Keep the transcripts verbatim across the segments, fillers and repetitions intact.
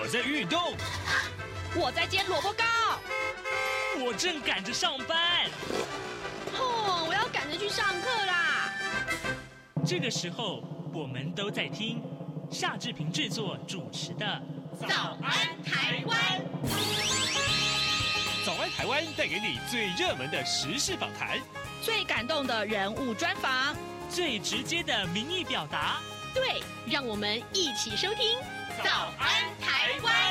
在运动， 我在煎萝卜糕， 我正赶着上班。 哦，我要赶着去上课啦。 这个时候，我们都在听夏志平制作主持的《 早安台湾》。 早安台湾带给你最热门的时事访谈， 最感动的人物专访， 最直接的民意表达。 对，让我们一起收听《早安台湾》。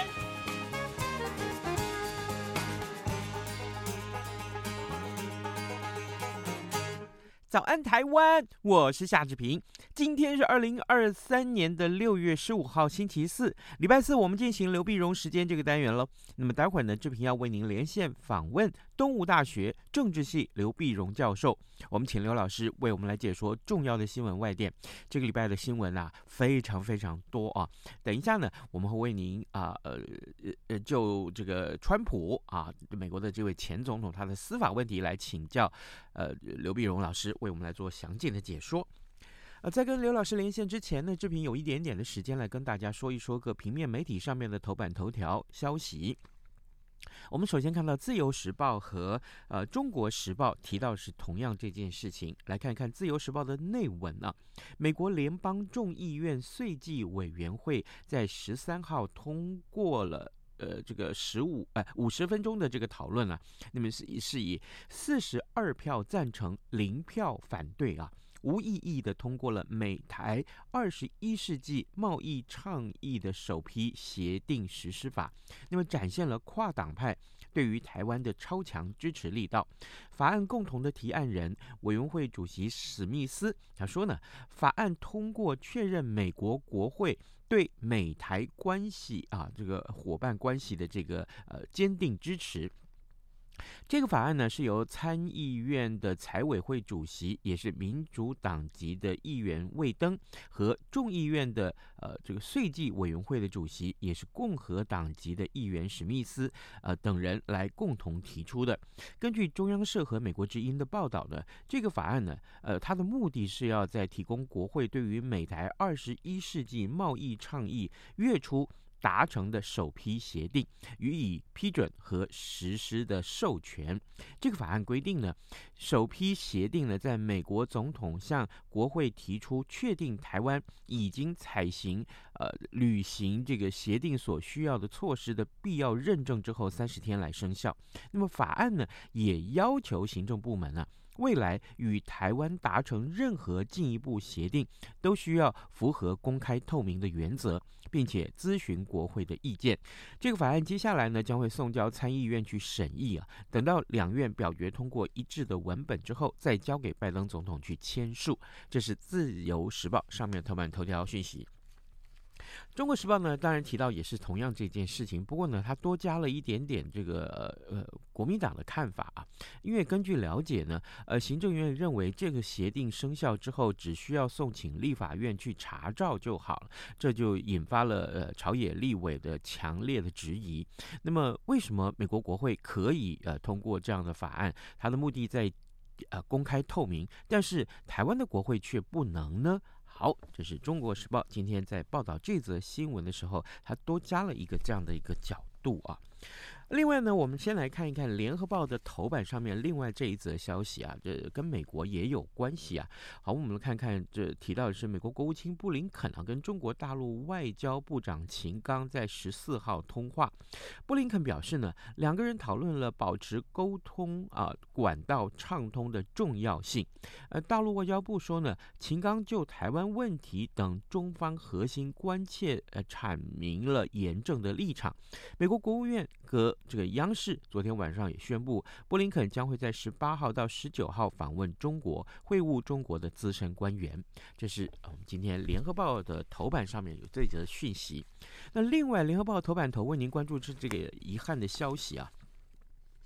早安台湾，我是夏志平。今天是二零二三年的六月十五号，星期四，礼拜四，我们进行刘碧荣时间这个单元了。那么待会儿呢，志平要为您连线访问东吴大学政治系刘碧荣教授。我们请刘老师为我们来解说重要的新闻外电。这个礼拜的新闻啊，非常非常多啊。等一下呢，我们会为您啊呃呃就这个川普啊，美国的这位前总统他的司法问题来请教呃刘碧荣老师，为我们来做详尽的解说。呃，在跟刘老师连线之前呢，志平有一点点的时间来跟大家说一说个平面媒体上面的头版头条消息。我们首先看到《自由时报》和呃《中国时报》提到是同样这件事情，来看看《自由时报》的内文啊。美国联邦众议院税计委员会在十三号通过了。呃，这个十五呃五十分钟的这个讨论啊，那么是是以四十二票赞成，零票反对啊，无异议的通过了美台二十一世纪贸易倡议的首批协定实施法，那么展现了跨党派对于台湾的超强支持力道。法案共同的提案人委员会主席史密斯他说呢，法案通过确认美国国会对美台关系啊这个伙伴关系的这个呃坚定支持。这个法案呢是由参议院的财委会主席，也是民主党籍的议员魏登，和众议院的呃这个税计委员会的主席，也是共和党籍的议员史密斯呃等人来共同提出的。根据中央社和美国之音的报道呢，这个法案呢，呃它的目的是要在提供国会对于美台二十一世纪贸易倡议月初达成的首批协定予以批准和实施的授权。这个法案规定呢，首批协定呢，在美国总统向国会提出确定台湾已经采行呃履行这个协定所需要的措施的必要认证之后三十天来生效。那么法案呢，也要求行政部门啊，未来与台湾达成任何进一步协定，都需要符合公开透明的原则，并且咨询国会的意见。这个法案接下来呢，将会送交参议院去审议啊，等到两院表决通过一致的文本之后，再交给拜登总统去签署。这是自由时报上面头版头条讯息。中国时报呢，当然提到也是同样这件事情，不过呢，它多加了一点点这个呃国民党的看法啊。因为根据了解呢，呃，行政院认为这个协定生效之后，只需要送请立法院去查照就好了，这就引发了呃朝野立委的强烈的质疑。那么，为什么美国国会可以呃通过这样的法案？它的目的在呃公开透明，但是台湾的国会却不能呢？好，这是中国时报今天在报道这则新闻的时候，它多加了一个这样的一个角度啊。另外呢，我们先来看一看联合报的头版上面另外这一则消息啊，这跟美国也有关系啊。好，我们看看这提到的是美国国务卿布林肯啊跟中国大陆外交部长秦刚在十四号通话。布林肯表示呢，两个人讨论了保持沟通啊管道畅通的重要性。呃，大陆外交部说呢，秦刚就台湾问题等中方核心关切呃阐明了严正的立场。美国国务院和这个央视昨天晚上也宣布，布林肯将会在十八号到十九号访问中国，会晤中国的资深官员。这是我们今天联合报的头版上面有这则讯息。那另外，联合报头版头为您关注是这个遗憾的消息啊。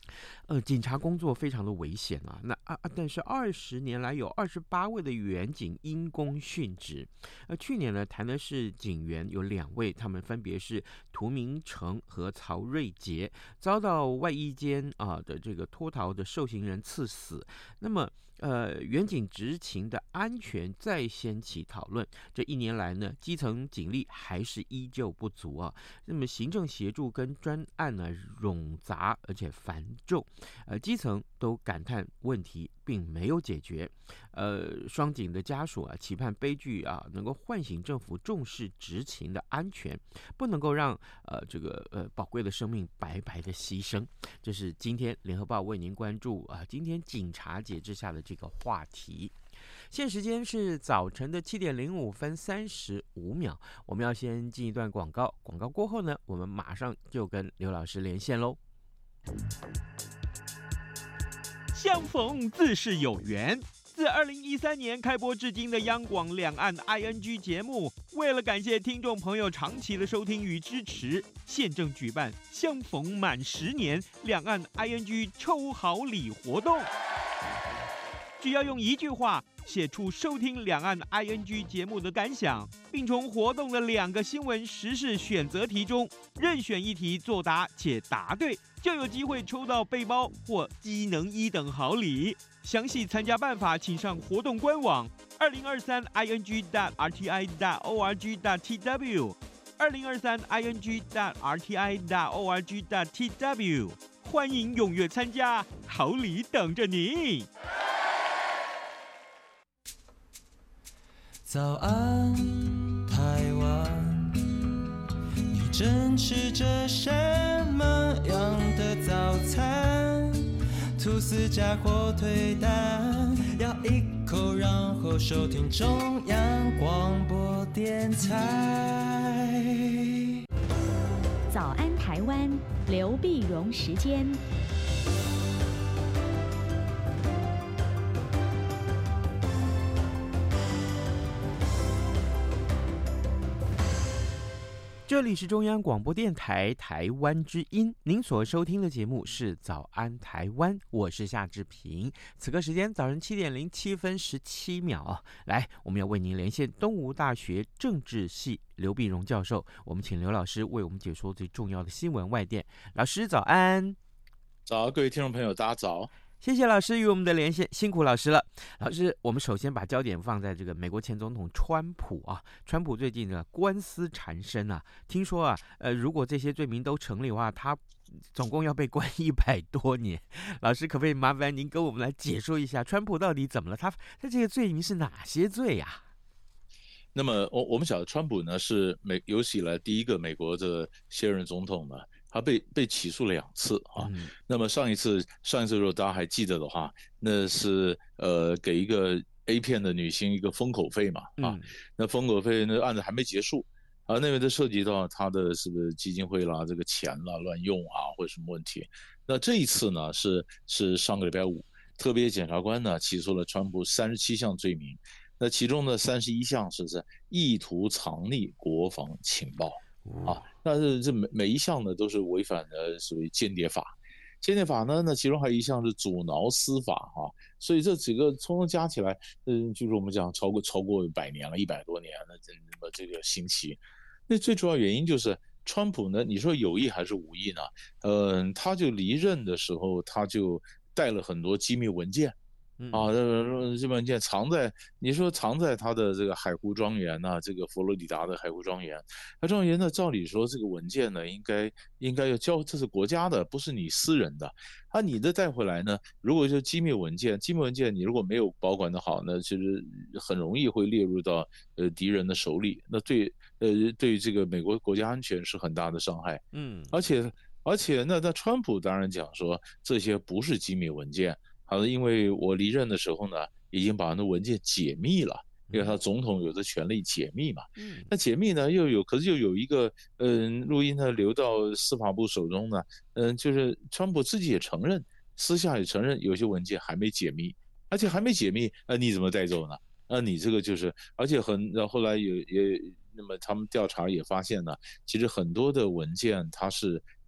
呃，警察工作非常的危险啊。那啊啊，但是二十年来有二十八位的员警因公殉职。呃，去年呢，台南市警员有两位，他们分别是涂明成和曹瑞杰，遭到外衣间啊的这个脱逃的受刑人刺死。那么呃，员警执勤的安全再掀起讨论。这一年来呢，基层警力还是依旧不足啊。那么行政协助跟专案呢冗杂而且繁重，呃，基层都感叹问题并没有解决。呃，双警的家属啊，期盼悲剧啊能够唤醒政府重视执勤的安全，不能够让呃这个呃宝贵的生命白白的牺牲。这是今天联合报为您关注啊，今天警察节之下的这个话题。现时间是早晨的七点零五分三十五秒，我们要先进一段广告，广告过后呢，我们马上就跟刘老师连线喽。相逢自是有缘。自二零一三年开播至今的央广两岸 I N G 节目，为了感谢听众朋友长期的收听与支持，现正举办相逢满十年两岸 I N G 抽好礼活动。只要用一句话写出收听两岸 I N G 节目的感想，并从活动的两个新闻时事选择题中任选一题作答且答对，就有机会抽到背包或机能一等好礼。详细参加办法请上活动官网 二零二三 I N G 点 R T I 点 O R G 点 T W 二零二三 I N G 点 R T I 点 O R G 点 T W， 欢迎踊跃参加，好礼等着你。 早安，台湾，你正吃着什么样的早餐？吐司加火腿蛋，咬一口，然后收听中央广播电台。 早安台湾，刘碧荣时间。 这里是中央广播电台台湾之音，您所收听的节目是早安台湾，我是夏志平。此刻时间早上七点零七分十七秒啊，来，我们要为您连线东吴大学政治系刘碧荣教授，我们请刘老师为我们解说最重要的新闻外电。老师早安。 早，各位听众朋友，大家早。 谢谢老师与我们的连线，辛苦老师了。老师，我们首先把焦点放在这个美国前总统川普啊，川普最近的官司缠身啊，听说啊，呃，如果这些罪名都成立的话，他总共要被关一百多年。老师，可不可以麻烦您跟我们来解说一下，川普到底怎么了？他他这个罪名是哪些罪呀、啊？ 那么我我们晓得，川普呢是美有史以来第一个美国的现任总统呢。他被被起诉了两次啊，嗯、那么上一次上一次如果大家还记得的话，那是呃给一个 A 片的女星一个封口费嘛啊，嗯、那封口费那案子还没结束啊，那边都涉及到他的是不是基金会啦、这个钱啦乱用啊或者什么问题。那这一次呢是是上个礼拜五，特别检察官呢起诉了川普三十七项罪名，那其中的三十一项是是意图藏匿国防情报。啊，那这这每每一项呢都是违反了所谓间谍法，间谍法呢，那其中还有一项是阻挠司法啊，所以这几个通通加起来，嗯，就是我们讲超过超过百年了，一百多年了，那么这个刑期，那最主要原因就是川普呢，你说有意还是无意呢？嗯，他就离任的时候，他就带了很多机密文件。啊，这这文件藏在你说藏在他的这个海湖庄园呐、啊，这个佛罗里达的海湖庄园，海湖庄园呢，照理说这个文件呢，应该应该要交，这是国家的，不是你私人的。啊，你的带回来呢，如果就机密文件，机密文件你如果没有保管的好呢，其实很容易会列入到呃敌人的手里，那对呃对于这个美国国家安全是很大的伤害。嗯，而且而且那那川普当然讲说这些不是机密文件。好的，因为我离任的时候呢，已经把那文件解密了，因为他总统有的权利解密嘛。嗯，那解密呢又有，可是又有一个嗯录音呢流到司法部手中呢，嗯，就是川普自己也承认，私下也承认有些文件还没解密，而且还没解密，那、呃、你怎么带走呢？那、呃、你这个就是，而且很，后来也也那么他们调查也发现呢，其实很多的文件它是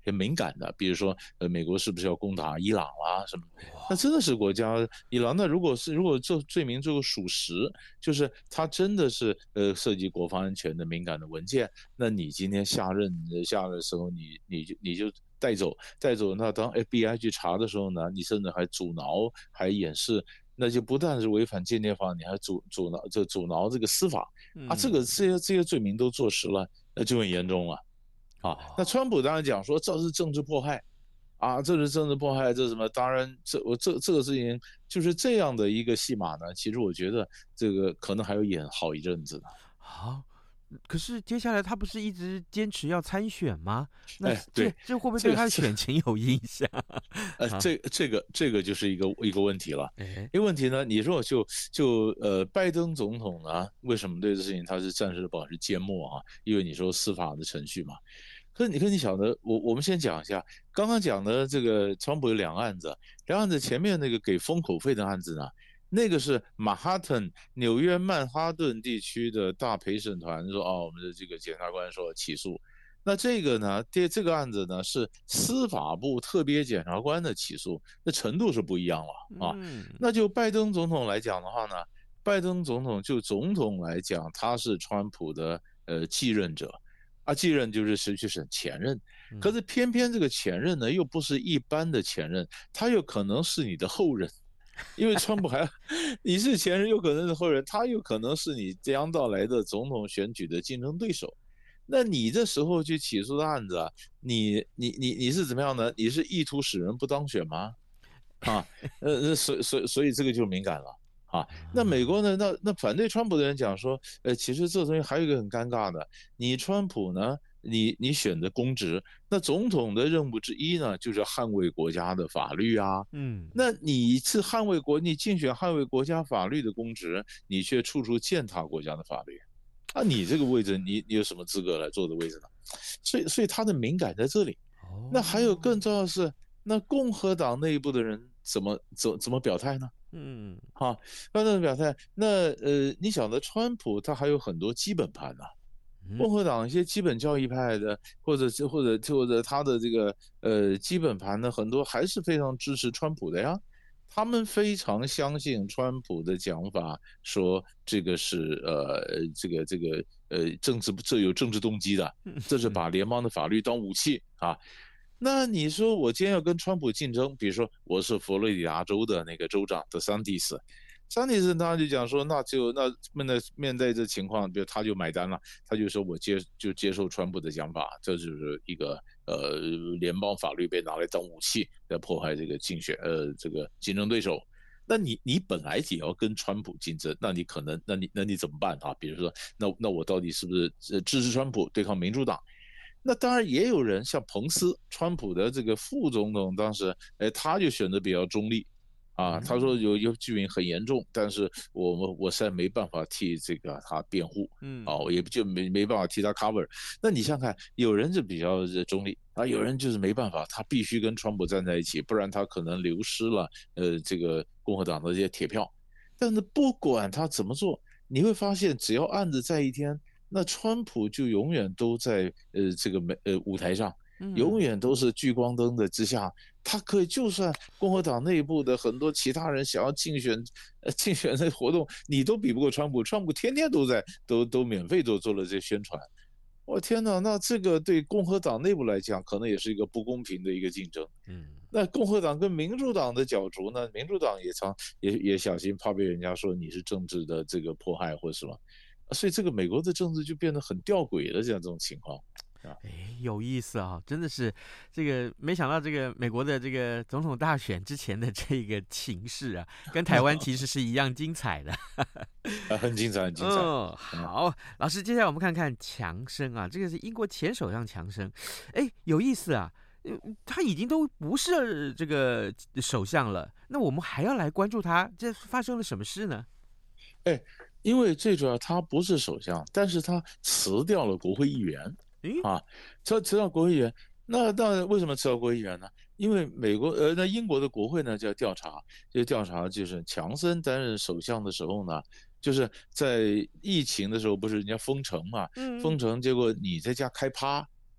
很敏感的，比如说呃美国是不是要攻打伊朗啦什么，那真的是国家伊朗。那如果是如果这罪名最后属实，就是他真的是呃涉及国防安全的敏感的文件，那你今天下任下任的时候，你你就你就带走带走，那当 F B I 去查的时候呢，你甚至还阻挠还掩饰。那就不但是违反间谍法，你还阻阻挠这阻挠这个司法啊，这个这些这些罪名都坐实了，那就很严重了啊。那川普当然讲说这是政治迫害啊，这是政治迫害，这什么？当然这我这这个事情就是这样的一个戏码呢，其实我觉得这个可能还要演好一阵子呢。 好。可是接下来他不是一直坚持要参选吗？那哎，对， 这会不会对他的选情有影响？ 呃，这这个这个就是一个一个问题了。 哎， 一个问题呢，你说就就呃，拜登总统呢，为什么对这事情他是暂时保持缄默啊？因为你说司法的程序嘛。可是你跟你晓得，我我们先讲一下，刚刚讲的这个川普有两案子，两案子前面那个给封口费的案子呢？那个是曼哈顿，纽约曼哈顿地区的大陪审团说，哦，我们的这个检察官说起诉。那这个呢，这这个案子呢是司法部特别检察官的起诉，那程度是不一样了啊。 嗯、 那就拜登总统来讲的话呢，拜登总统就总统来讲，他是川普的呃继任者。啊，继任就是实际是前任，可是偏偏这个前任呢，又不是一般的前任，他有可能是你的后任。因为川普还，你是前任，有可能是后人，他有可能是你将到来的总统选举的竞争对手。那你这时候去起诉的案子啊，你你你你是怎么样呢？你是意图使人不当选吗？啊，呃，所所所以这个就敏感了啊。那美国呢？那那反对川普的人讲说，呃，其实这东西还有一个很尴尬的，你川普呢？你你选择公职，那总统的任务之一呢，就是捍卫国家的法律啊。 嗯， 那你是捍卫国，你竞选捍卫国家法律的公职，你却处处践踏国家的法律，啊，你这个位置，你你有什么资格来坐的位置呢？所以所以他的敏感在这里。那还有更重要的是，那共和党内部的人怎么怎怎么表态呢？嗯，好，那怎么表态？那呃，你晓得川普他还有很多基本盘啊。共和党一些基本教义派的，或者或者或者他的这个呃基本盘呢，很多还是非常支持川普的呀。他们非常相信川普的讲法，说这个是呃这个这个呃政治这有政治动机的，这是把联邦的法律当武器啊。那你说我今天要跟川普竞争，比如说我是佛罗里达州的那个州长德桑蒂斯。桑蒂斯他就讲说，那就那面对面对这情况，比如他就买单了，他就说我接就接受川普的讲法，这就是一个呃联邦法律被拿来当武器来迫害这个竞选呃这个竞争对手。那你你本来也要跟川普竞争，那你可能那你那你怎么办啊？比如说那那我到底是不是支持川普对抗民主党？那当然也有人像彭斯，川普的这个副总统，当时哎他就选择比较中立。啊，他说有有剧名很严重，但是我们我实在没办法替这个他辩护，嗯，啊，我也就没没办法替他 cover。那你想想看，有人就比较中立啊，有人就是没办法，他必须跟川普站在一起，不然他可能流失了呃这个共和党的这些铁票。但是不管他怎么做，你会发现只要案子在一天，那川普就永远都在呃这个美呃舞台上。永远都是聚光灯的之下，他可以就算共和党内部的很多其他人想要竞选，呃，竞选的活动，你都比不过川普。川普天天都在，都都免费做做了这宣传。我天哪，那这个对共和党内部来讲，可能也是一个不公平的一个竞争。嗯，那共和党跟民主党的角逐呢？民主党也常也也小心，怕被人家说你是政治的这个迫害或什么。所以这个美国的政治就变得很吊诡的这样这种情况。 哎，有意思啊！真的是这个，没想到这个美国的这个总统大选之前的这个情势啊，跟台湾其实是一样精彩的， 很精彩，很精彩。 嗯，好，老师，接下来我们看看强生啊，这个是英国前首相强生，哎，有意思啊，他已经都不是这个首相了，那我们还要来关注他，这发生了什么事呢？ 哎，因为最主要他不是首相，但是他辞掉了国会议员。啊，辞辞掉国会议员，那那为什么辞掉国会议员呢？因为美国呃，那英国的国会呢就要调查，就调查就是强生担任首相的时候呢，就是在疫情的时候不是人家封城嘛，嗯、封城，结果你在家开趴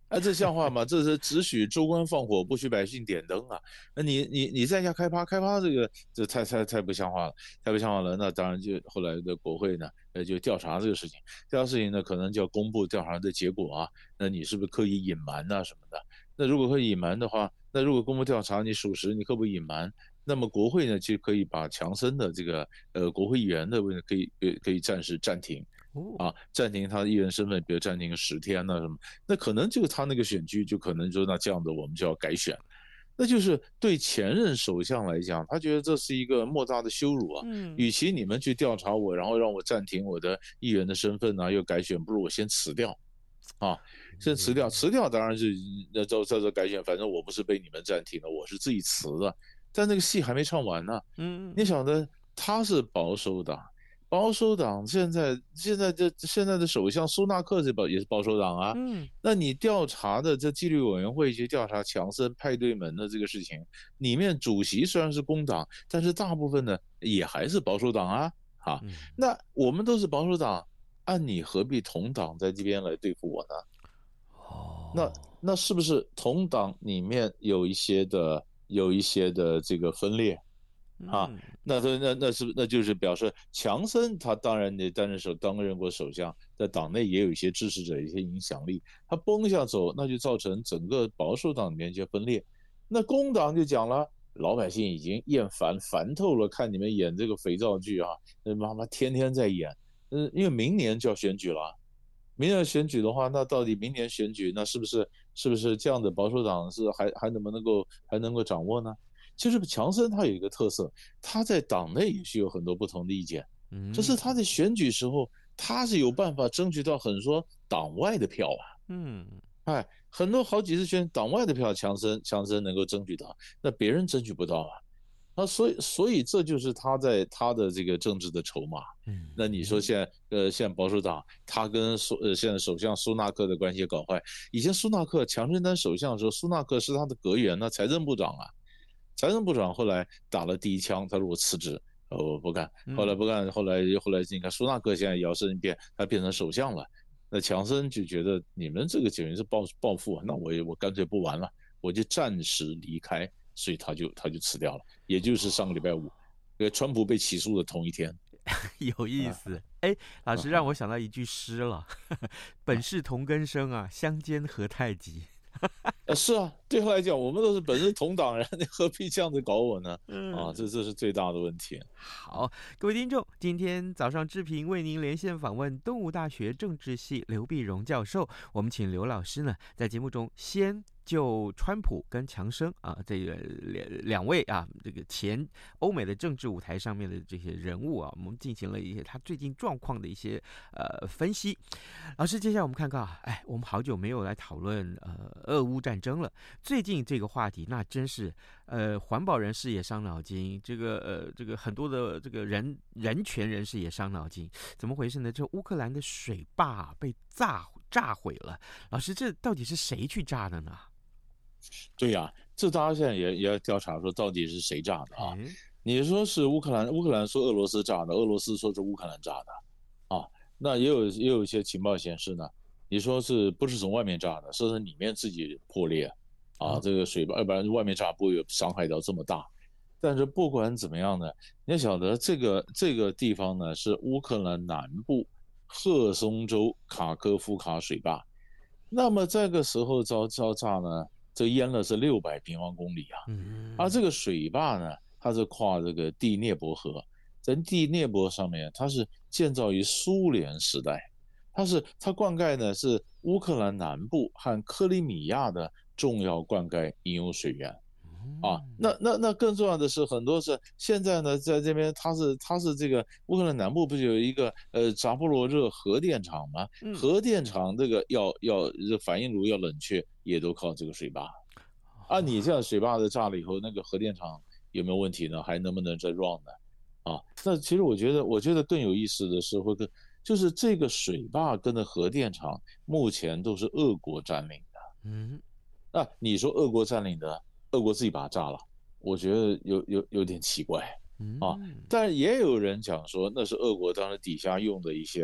哎，这像话吗？这是只许州官放火，不许百姓点灯啊！那你你你在家开趴开趴，这个这太太太不像话了，太不像话了。那当然就后来的国会呢，呃，就调查这个事情，调查事情呢，可能就要公布调查的结果啊。那你是不是刻意隐瞒啊什么的？那如果会隐瞒的话，那如果公布调查你属实，你可不可以隐瞒？那么国会呢，就可以把强生的这个呃国会议员的问题可以可可以暂时暂停。啊，暂停他的议员身份，比如暂停个十天呐、啊、什么，那可能就他那个选区就可能说，那这样的我们就要改选，那就是对前任首相来讲，他觉得这是一个莫大的羞辱啊。嗯，与其你们去调查我，然后让我暂停我的议员的身份啊，又改选，不如我先辞掉，啊，先辞掉，辞掉当然是那照照着改选，反正我不是被你们暂停了，我是自己辞的，但那个戏还没唱完呢。嗯，你晓得他是保守党。保守党现在现在这现在的首相苏纳克这保也是保守党啊，嗯，那你调查的这纪律委员会去调查强生派对门的这个事情，里面主席虽然是工党，但是大部分呢也还是保守党啊，啊，嗯、那我们都是保守党，按你何必同党在这边来对付我呢？哦，那那是不是同党里面有一些的有一些的这个分裂？啊，那那那是那就是表示强生他当然得担任首担任过首相，在党内也有一些支持者一些影响力，他崩下走，那就造成整个保守党里面就分裂。那工党就讲了，老百姓已经厌烦烦透了，看你们演这个肥皂剧啊，那妈妈天天在演，嗯，因为明年就要选举了，明年选举的话，那到底明年选举那是不是是不是这样的保守党是还还能不能够还能够掌握呢？其实强生他有一个特色，他在党内也是有很多不同的意见，嗯，就是他在选举时候，他是有办法争取到很多党外的票啊，嗯，哎，很多好几次选党外的票，强生强生能够争取到，那别人争取不到啊，啊，所以所以这就是他在他的这个政治的筹码，嗯，那你说现在呃现在保守党他跟苏呃现在首相苏纳克的关系搞坏，以前苏纳克强生当首相的时候，苏纳克是他的阁员呢，财政部长啊。财政部长后来打了第一枪，他说我辞职，呃，我不干。后来不干，后来后来你看苏纳克现在摇身一变，他变成首相了。那强生就觉得你们这个简直是报报复，那我也我干脆不玩了，我就暂时离开，所以他就他就辞掉了。也就是上个礼拜五，因为川普被起诉的同一天。 有意思，哎、啊，老师让我想到一句诗了：本是同根生啊，相煎何太急。 呃，是啊，对他来讲，我们都是本是同党人，你何必这样子搞我呢？嗯、啊，这这是最大的问题。 好，各位听众，今天早上志平为您连线访问东吴大学政治系刘碧荣教授，我们请刘老师呢在节目中先就川普跟强生啊这个两两位啊这个前欧美的政治舞台上面的这些人物啊，我们进行了一些他最近状况的一些呃分析。老师，接下来我们看看啊，哎，我们好久没有来讨论呃俄乌战争了。最近这个话题那真是呃环保人士也伤脑筋，这个呃这个很多的这个人人权人士也伤脑筋，怎么回事呢？这乌克兰的水坝、啊、被炸炸毁了，老师，这到底是谁去炸的呢？ 对呀、啊，这大家现在也也要调查说到底是谁炸的啊？嗯、你说是乌克兰，乌克兰说俄罗斯炸的，俄罗斯说是乌克兰炸的，啊，那也有也有一些情报显示呢，你说是不是从外面炸的，是从里面自己破裂，啊，这个水坝，要不然外面炸不会有伤害到这么大。但是不管怎么样呢，你要晓得这个这个地方呢是乌克兰南部赫松州卡科夫卡水坝，那么这个时候遭遭炸呢？这淹了是六百平方公里啊！而这个水坝呢，它是跨这个第聂伯河，在第聂伯上面，它是建造于苏联时代，它是它灌溉呢是乌克兰南部和克里米亚的重要灌溉饮用水源。啊，那那那更重要的是，很多是现在呢，在这边它是它是这个乌克兰南部不是有一个呃扎波罗热核电厂吗？嗯、核电厂这个要要反应炉要冷却，也都靠这个水坝。啊，你这样水坝的炸了以后，那个核电厂有没有问题呢？还能不能再 run 呢？啊，那其实我觉得，我觉得更有意思的是，会跟就是这个水坝跟的核电厂目前都是俄国占领的。嗯，那你说俄国占领的？俄国自己把它炸了，我觉得有有有点奇怪啊。但也有人讲说，那是俄国当时底下用的一些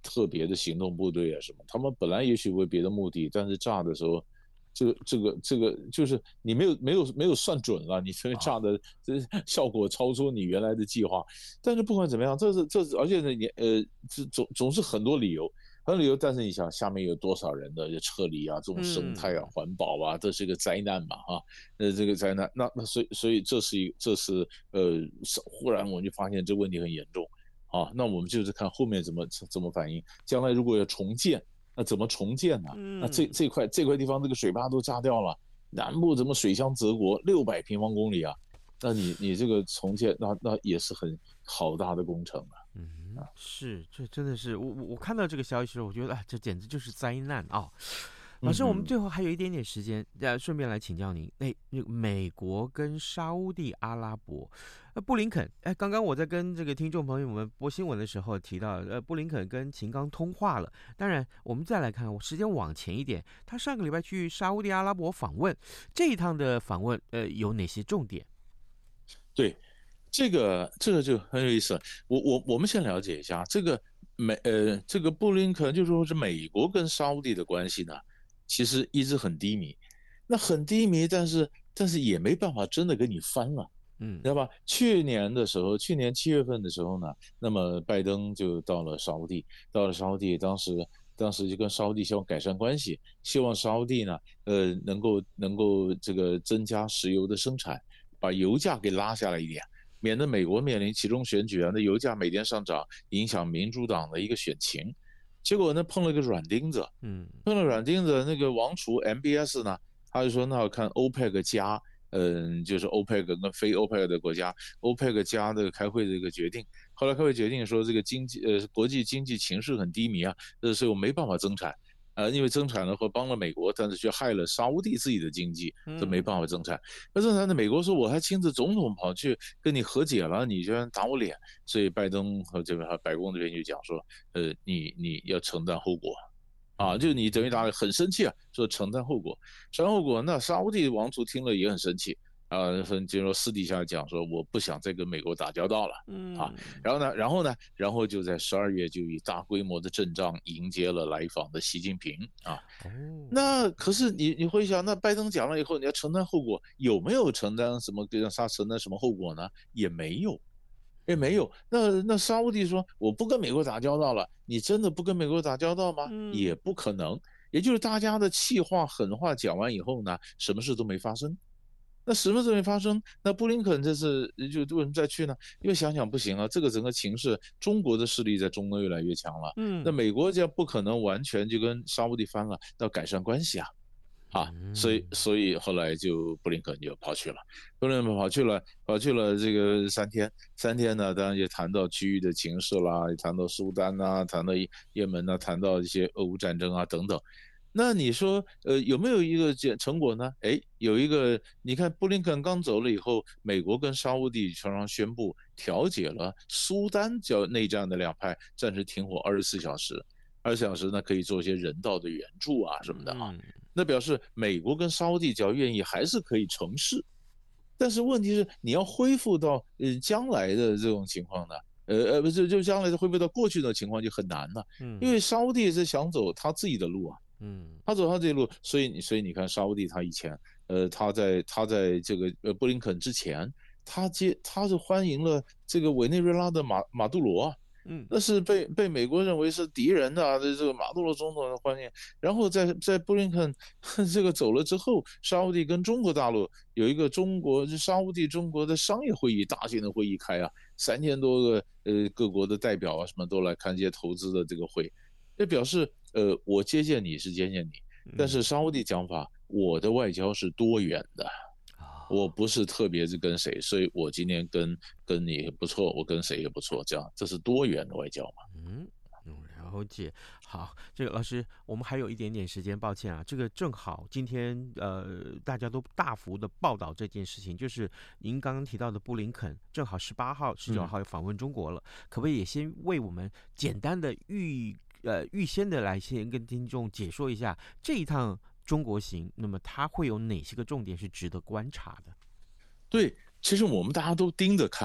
特别的行动部队啊什么，他们本来也许为别的目的，但是炸的时候。这个这个这个就是你没有没有没有算准了，你这个炸的这效果超出你原来的计划。但是不管怎么样，这是这是而且呢，你呃，这总总是很多理由，很多理由。但是你想，下面有多少人的撤离啊，这种生态啊、环保啊，这是一个灾难嘛啊，呃，这个灾难，那那所以所以这是一这是呃，忽然我们就发现这问题很严重啊。那我们就是看后面怎么怎么反应，将来如果要重建。那怎么重建呢？那这这块这块地方这个水坝都炸掉了，南部怎么水乡泽国六百平方公里啊？那你你这个重建，那那也是很好大的工程啊。 嗯，是，这真的是我我我看到这个消息的时候，我觉得啊，这简直就是灾难啊！老师，我们最后还有一点点时间，呃，顺便来请教您，哎，那个美国跟沙烏地阿拉伯，呃，布林肯，哎，刚刚我在跟这个听众朋友们播新闻的时候提到，呃，布林肯跟秦刚通话了。当然，我们再来看，我时间往前一点，他上个礼拜去沙烏地阿拉伯访问，这一趟的访问，呃，有哪些重点？ 对，这个这个就很有意思。我我我们先了解一下这个美呃这个布林肯，就说是美国跟沙烏地的关系呢。其实一直很低迷，那很低迷，但是但是也没办法真的给你翻了，嗯，知道吧？去年的时候，去年七月份的时候呢，那么拜登就到了沙烏地，到了沙烏地，当时当时就跟沙烏地希望改善关系，希望沙烏地呢，呃，能够能够这个增加石油的生产，把油价给拉下来一点，免得美国面临其中选举啊，那油价每天上涨，影响民主党的一个选情。结果呢，碰了个软钉子，嗯，碰了软钉子，那个王储 M B S 呢，他就说那要看 OPEC 加，嗯，就是 OPEC 跟非 OPEC 的国家 ，OPEC 加的开会的一个决定。后来开会决定说，这个经济呃国际经济形势很低迷啊，这所以我没办法增产，呃，因为增产的话帮了美国，但是却害了沙烏地自己的经济，这没办法增产。那增产的美国说我还亲自总统跑去跟你和解了，你居然打我脸，所以拜登和这边白宫这边就讲说，呃，你你要承担后果。啊，就你等于打很生气啊，说承担后果，承担后果。那沙烏地王储听了也很生气啊，就说私底下讲说我不想再跟美国打交道了，嗯啊，然后呢，然后呢，然后就在十二月就以大规模的阵仗迎接了来访的习近平啊。哦，那可是你你会想，那拜登讲了以后，你要承担后果，有没有承担什么让他承担什么后果呢？也没有。也没有，那那沙烏地说我不跟美国打交道了，你真的不跟美国打交道吗？嗯、也不可能。也就是大家的气话狠话讲完以后呢，什么事都没发生。那什么事没发生？那布林肯这次就为什么再去呢？因为想想不行啊，这个整个情势，中国的势力在中东越来越强了。嗯，那美国这样不可能完全就跟沙烏地翻了，要改善关系啊。啊，所以所以后来就布林肯就跑去了，布林肯跑去了，跑去了这个三天，三天呢，当然也谈到区域的情势啦，也谈到苏丹啊，谈到也门啊，谈到一些俄乌战争啊等等。那你说，呃，有没有一个成果呢？哎，有一个，你看布林肯刚走了以后，美国跟沙烏地常常宣布调解了苏丹叫内战的两派暂时停火二十四小时，二十四小时呢可以做一些人道的援助啊什么的啊。嗯，那表示美国跟沙烏地只要愿意，还是可以成事。但是问题是，你要恢复到呃将来的这种情况呢？呃呃，不是，就将来的恢复到过去的情况就很难了。嗯，因为沙烏地是想走他自己的路啊。嗯，他走他自己的路，所以你所以你看沙烏地他以前，呃，他在他在这个呃布林肯之前，他接他是欢迎了这个委内瑞拉的马马杜罗啊。嗯，那是被被美国认为是敌人的、啊、这个马杜罗总统的欢迎，然后在在布林肯这个走了之后，沙烏地跟中国大陆有一个中国沙烏地中国的商业会议，大型的会议开啊，三千多个呃各国的代表啊什么都来看这些投资的这个会，这表示呃我接见你是接见你，但是沙烏地讲法，我的外交是多元的。我不是特别是跟谁，所以我今天跟跟你不错，我跟谁也不错，这样这是多元的外交嘛。 嗯，了解。好，这个老师，我们还有一点点时间，抱歉啊，这个正好今天呃大家都大幅的报道这件事情，就是您刚刚提到的布林肯，正好十八号、十九号要访问中国了，嗯、可不可以也先为我们简单的预呃预先的来先跟听众解说一下这一趟中国行，那么它会有哪些个重点是值得观察的？ 对，其实我们大家都盯着看，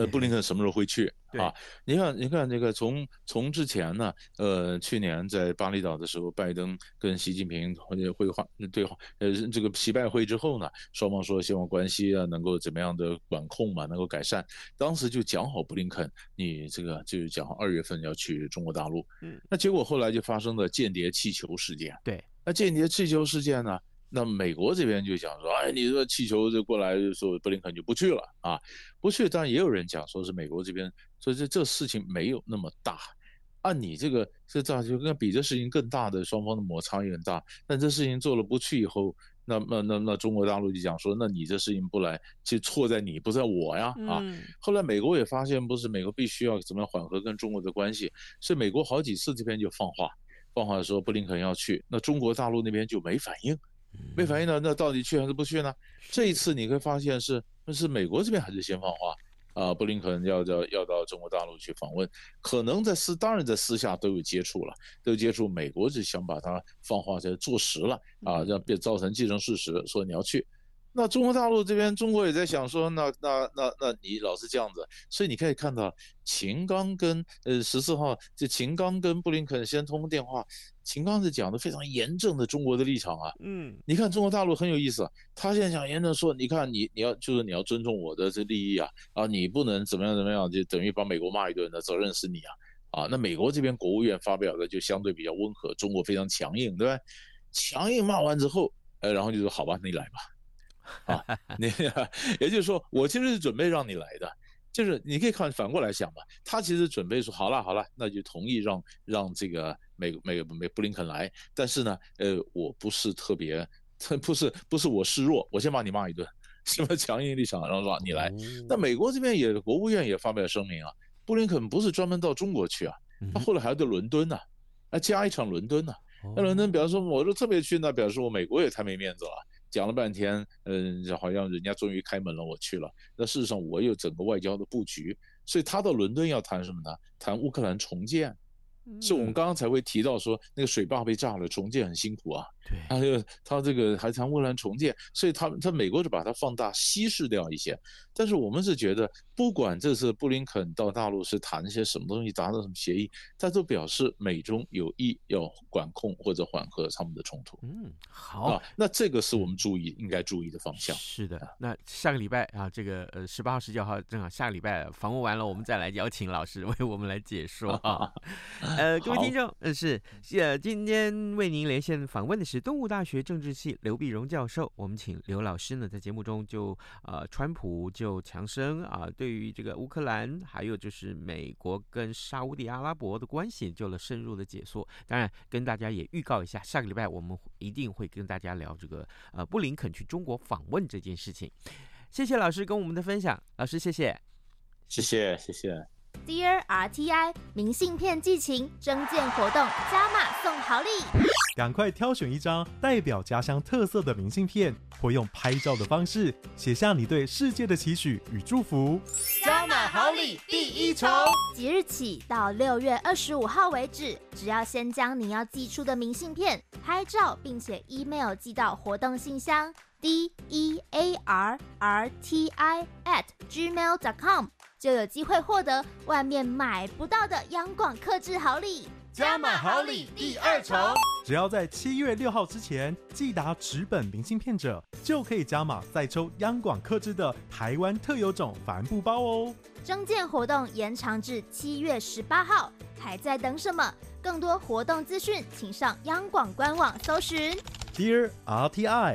呃，布林肯什么时候会去啊？你看，你看这个从从之前呢，呃，去年在巴厘岛的时候，拜登跟习近平会话对话，呃，这个习拜会之后呢，双方说希望关系啊能够怎么样的管控嘛，能够改善。当时就讲好布林肯，你这个就讲好二月份要去中国大陆。嗯，那结果后来就发生了间谍气球事件。 对， 那间谍气球事件呢？那美国这边就讲说，哎，你这气球就过来，说布林肯就不去了啊，不去。当然也有人讲说是美国这边，所以这这事情没有那么大。按你这个这这就跟比这事情更大的，双方的摩擦也很大。但这事情做了不去以后，那那那那中国大陆就讲说，那你这事情不来，其实错在你，不在我呀啊。嗯、后来美国也发现，不是美国必须要怎么样缓和跟中国的关系，所以美国好几次这边就放话，放话说布林肯要去，那中国大陆那边就没反应。没反应呢，那到底去还是不去呢？这一次你会发现是是美国这边还是先放话啊，布林肯要要要到中国大陆去访问，可能在私当然在私下都有接触了，都有接触。美国是想把它放话在做实了啊，让别造成既成事实，说你要去。那中国大陆这边，中国也在想说，那那那那你老是这样子，所以你可以看到秦刚跟呃十四号，这秦刚跟布林肯先通电话，秦刚是讲的非常严正的中国的立场啊。嗯，你看中国大陆很有意思啊，他现在讲严正说，你看你你要就是你要尊重我的这利益啊，啊你不能怎么样怎么样，就等于把美国骂一顿的责任是你啊。啊，那美国这边国务院发表的就相对比较温和，中国非常强硬，对吧？强硬骂完之后，呃，然后就说好吧，你来吧。啊，你也就是说，我其实是准备让你来的，就是你可以看反过来想吧，他其实准备说好了好了，那就同意让让这个美美美布林肯来，但是呢，呃，我不是特别，不是不是我示弱，我先把你骂一顿，什么强硬立场，然后让你来。那美国这边也国务院也发表声明啊，布林肯不是专门到中国去啊，他后来还要到伦敦呢、啊，还加一场伦敦呢、啊，那伦敦表示说，我就特别去那，表示我美国也太没面子了。讲了半天，嗯，好像人家终于开门了，我去了。那事实上我有整个外交的布局，所以他到伦敦要谈什么呢？谈乌克兰重建。所以我们刚刚才会提到说，那个水坝被炸了，重建很辛苦啊。对，他就他这个还谈乌克兰重建，所以他他美国就把它放大稀释掉一些。但是我们是觉得，不管这次布林肯到大陆是谈一些什么东西，达到什么协议，他都表示美中有意要管控或者缓和他们的冲突。嗯，好啊，那这个是我们注意应该注意的方向。 是的，那下个礼拜啊，这个呃十八号、十九号正好下个礼拜访问完了，我们再来邀请老师为我们来解说啊。呃，各位听众，呃是呃今天为您连线访问的是东吴大学政治系刘必荣教授。我们请刘老师呢在节目中就呃川普就强生啊、呃，对于这个乌克兰还有就是美国跟沙烏地阿拉伯的关系做了深入的解说。当然跟大家也预告一下，下个礼拜我们一定会跟大家聊这个呃布林肯去中国访问这件事情。谢谢老师跟我们的分享，老师谢谢， 谢谢谢谢。 Dear R T I 明信片寄情征件活动加码送好礼， 赶快挑选一张代表家乡特色的明信片，或用拍照的方式写下你对世界的期许与祝福。 加码好礼第一重，即日起到六月二十五号为止，只要先将你要寄出的明信片拍照，并且 email 寄到活动信箱 d e a r r t i at gmail dot com。就有机会获得外面买不到的央广客制好礼， 加码好礼第二重。只要在七月六号之前寄达纸本明信片者，就可以加码再抽央广客制的台湾特有种帆布包哦。 征件活动延长至七月十八号，还在等什么？更多活动资讯，请上央广官网搜寻。 Dear R T I，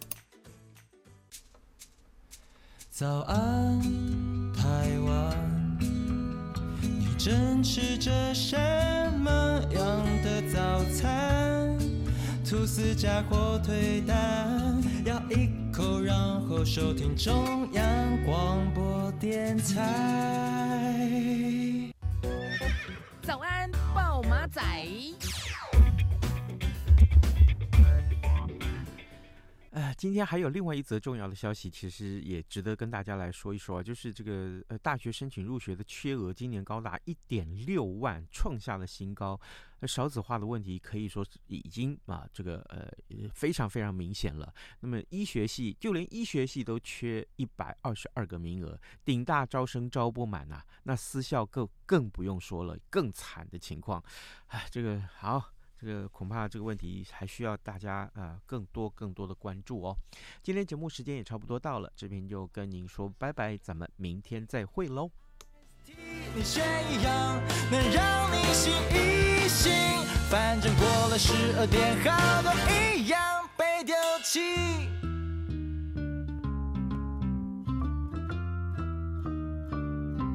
早安台湾，你正吃着什么样的早餐？吐司加火腿蛋，咬一口，然后收听中央广播电台。 早安，暴马仔。 呃， 今天还有另外一则重要的消息，其实也值得跟大家来说一说，就是这个呃大学申请入学的缺额今年高达一点六万，创下了新高。少子化的问题可以说已经啊这个呃非常非常明显了。那么医学系就连医学系都缺一百二十二个名额，顶大招生招不满啊，那私校更更不用说了，更惨的情况。哎，这个好。这个恐怕这个问题还需要大家啊、呃、更多更多的关注哦。今天节目时间也差不多到了，这边就跟您说拜拜，咱们明天再会喽。 你却一样能让你醒一醒，反正过了十二点后都一样被丢弃。